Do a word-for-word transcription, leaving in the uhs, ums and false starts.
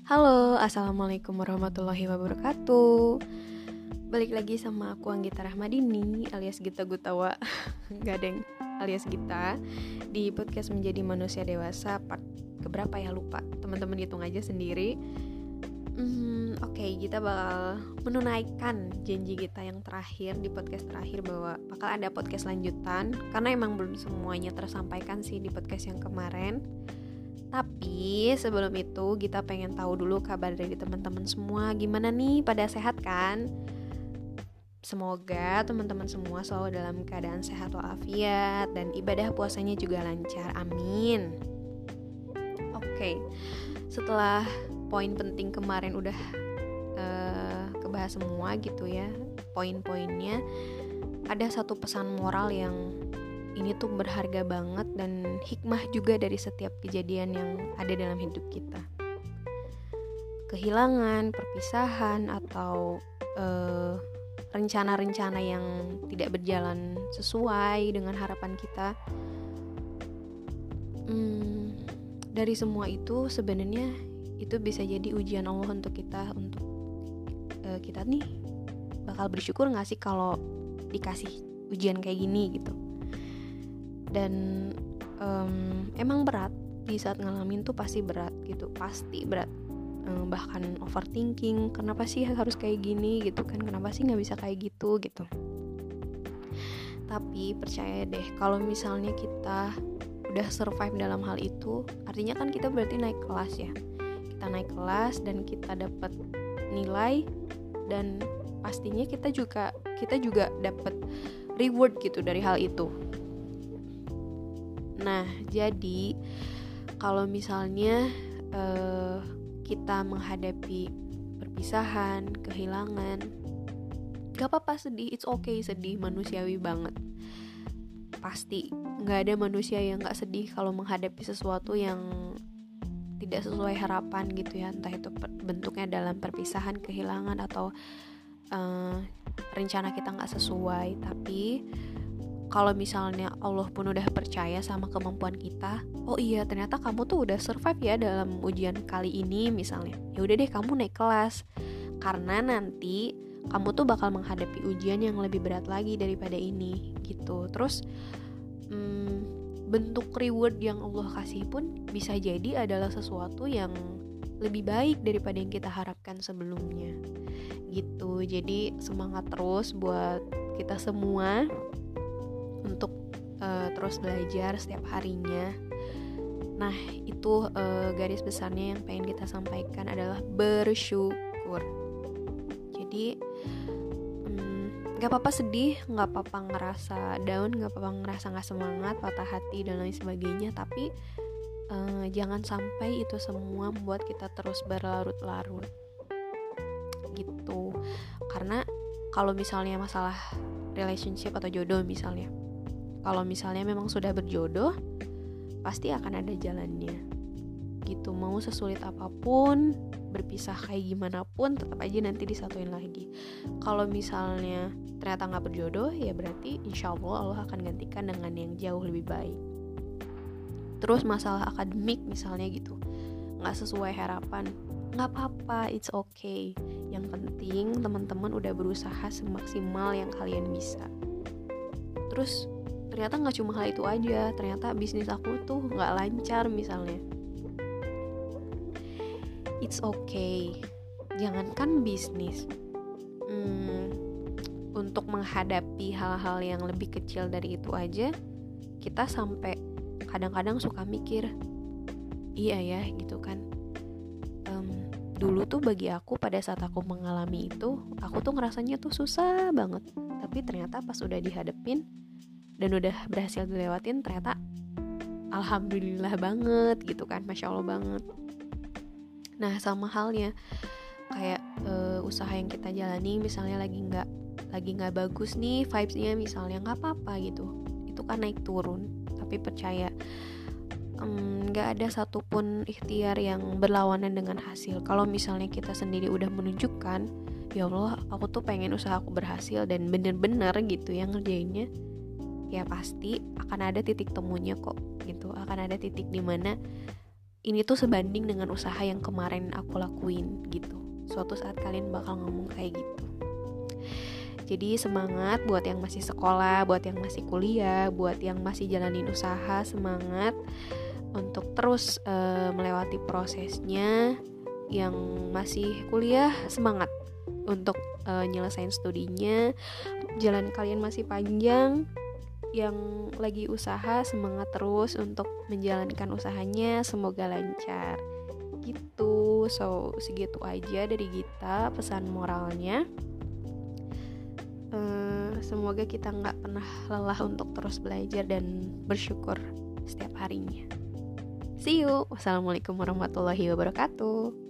Halo, assalamualaikum warahmatullahi wabarakatuh. Balik lagi sama aku Anggita Rahmadini alias Gita Gutawa Gadeng alias Gita di podcast Menjadi Manusia Dewasa part keberapa ya lupa. Teman-teman hitung aja sendiri. hmm, Oke, okay, kita bakal menunaikan janji kita yang terakhir di podcast terakhir bahwa bakal ada podcast lanjutan. Karena emang belum semuanya tersampaikan sih di podcast yang kemarin. Tapi sebelum itu kita pengen tahu dulu kabar dari teman-teman semua. Gimana nih, pada sehat kan? Semoga teman-teman semua selalu dalam keadaan sehat walafiat dan ibadah puasanya juga lancar. Amin. Oke, setelah poin penting kemarin udah uh, kebahas semua gitu ya, poin-poinnya, ada satu pesan moral yang ini tuh berharga banget dan hikmah juga dari setiap kejadian yang ada dalam hidup kita. Kehilangan, perpisahan, atau uh, rencana-rencana yang tidak berjalan sesuai dengan harapan kita. Hmm, dari semua itu sebenarnya itu bisa jadi ujian Allah untuk kita, untuk uh, kita nih bakal bersyukur nggak sih kalau dikasih ujian kayak gini gitu. Dan um, emang berat, di saat ngalamin tuh pasti berat gitu, pasti berat. Um, bahkan overthinking, kenapa sih harus kayak gini gitu kan, kenapa sih nggak bisa kayak gitu gitu. Tapi percaya deh, kalau misalnya kita udah survive dalam hal itu, artinya kan kita berarti naik kelas ya. Kita naik kelas dan kita dapat nilai, dan pastinya kita juga kita juga dapat reward gitu dari hal itu. Nah, jadi kalau misalnya uh, kita menghadapi perpisahan, kehilangan, gak apa-apa sedih, it's okay sedih, manusiawi banget. Pasti gak ada manusia yang gak sedih kalau menghadapi sesuatu yang tidak sesuai harapan gitu ya. Entah itu bentuknya dalam perpisahan, kehilangan, atau uh, rencana kita gak sesuai. Tapi kalau misalnya Allah pun udah percaya sama kemampuan kita, oh iya ternyata kamu tuh udah survive ya dalam ujian kali ini misalnya, ya udah deh kamu naik kelas, karena nanti kamu tuh bakal menghadapi ujian yang lebih berat lagi daripada ini gitu. Terus hmm, bentuk reward yang Allah kasih pun bisa jadi adalah sesuatu yang lebih baik daripada yang kita harapkan sebelumnya gitu. Jadi semangat terus buat kita semua untuk uh, terus belajar setiap harinya. Nah, itu uh, garis besarnya yang pengen kita sampaikan adalah bersyukur. Jadi um, gak apa-apa sedih, gak apa-apa ngerasa down, gak apa-apa ngerasa gak semangat, patah hati dan lain sebagainya. Tapi uh, jangan sampai itu semua membuat kita terus berlarut-larut gitu. Karena kalau misalnya masalah relationship atau jodoh misalnya, kalau misalnya memang sudah berjodoh, pasti akan ada jalannya gitu. Mau sesulit apapun, berpisah kayak gimana pun, tetap aja nanti disatuin lagi. Kalau misalnya ternyata gak berjodoh, ya berarti insya Allah Allah akan gantikan dengan yang jauh lebih baik. Terus masalah akademik misalnya gitu, gak sesuai harapan, gak apa-apa, it's okay. Yang penting teman-teman udah berusaha semaksimal yang kalian bisa. Terus ternyata gak cuma hal itu aja, ternyata bisnis aku tuh gak lancar misalnya, it's okay. Jangankan bisnis, hmm, untuk menghadapi hal-hal yang lebih kecil dari itu aja, kita sampai kadang-kadang suka mikir, iya ya gitu kan. um, Dulu tuh bagi aku pada saat aku mengalami itu, aku tuh ngerasanya tuh susah banget. Tapi ternyata pas udah dihadepin dan udah berhasil dilewatin, ternyata alhamdulillah banget gitu kan, masya Allah banget. Nah, sama halnya kayak uh, usaha yang kita jalani misalnya lagi nggak lagi nggak bagus nih vibesnya misalnya, nggak apa-apa gitu, itu kan naik turun. Tapi percaya nggak um, ada satupun ikhtiar yang berlawanan dengan hasil. Kalau misalnya kita sendiri udah menunjukkan, ya Allah aku tuh pengen usaha aku berhasil dan bener-bener gitu yang ngerjainnya, ya pasti akan ada titik temunya kok gitu. Akan ada titik dimana ini tuh sebanding dengan usaha yang kemarin aku lakuin gitu. Suatu saat kalian bakal ngomong kayak gitu. Jadi semangat buat yang masih sekolah, buat yang masih kuliah, buat yang masih jalanin usaha, semangat untuk terus uh, melewati prosesnya. Yang masih kuliah, semangat untuk uh, nyelesain studinya. Jalan kalian masih panjang. Yang lagi usaha, semangat terus untuk menjalankan usahanya, semoga lancar gitu. So segitu aja dari kita pesan moralnya. uh, Semoga kita gak pernah lelah untuk terus belajar dan bersyukur setiap harinya. See you. Wassalamualaikum warahmatullahi wabarakatuh.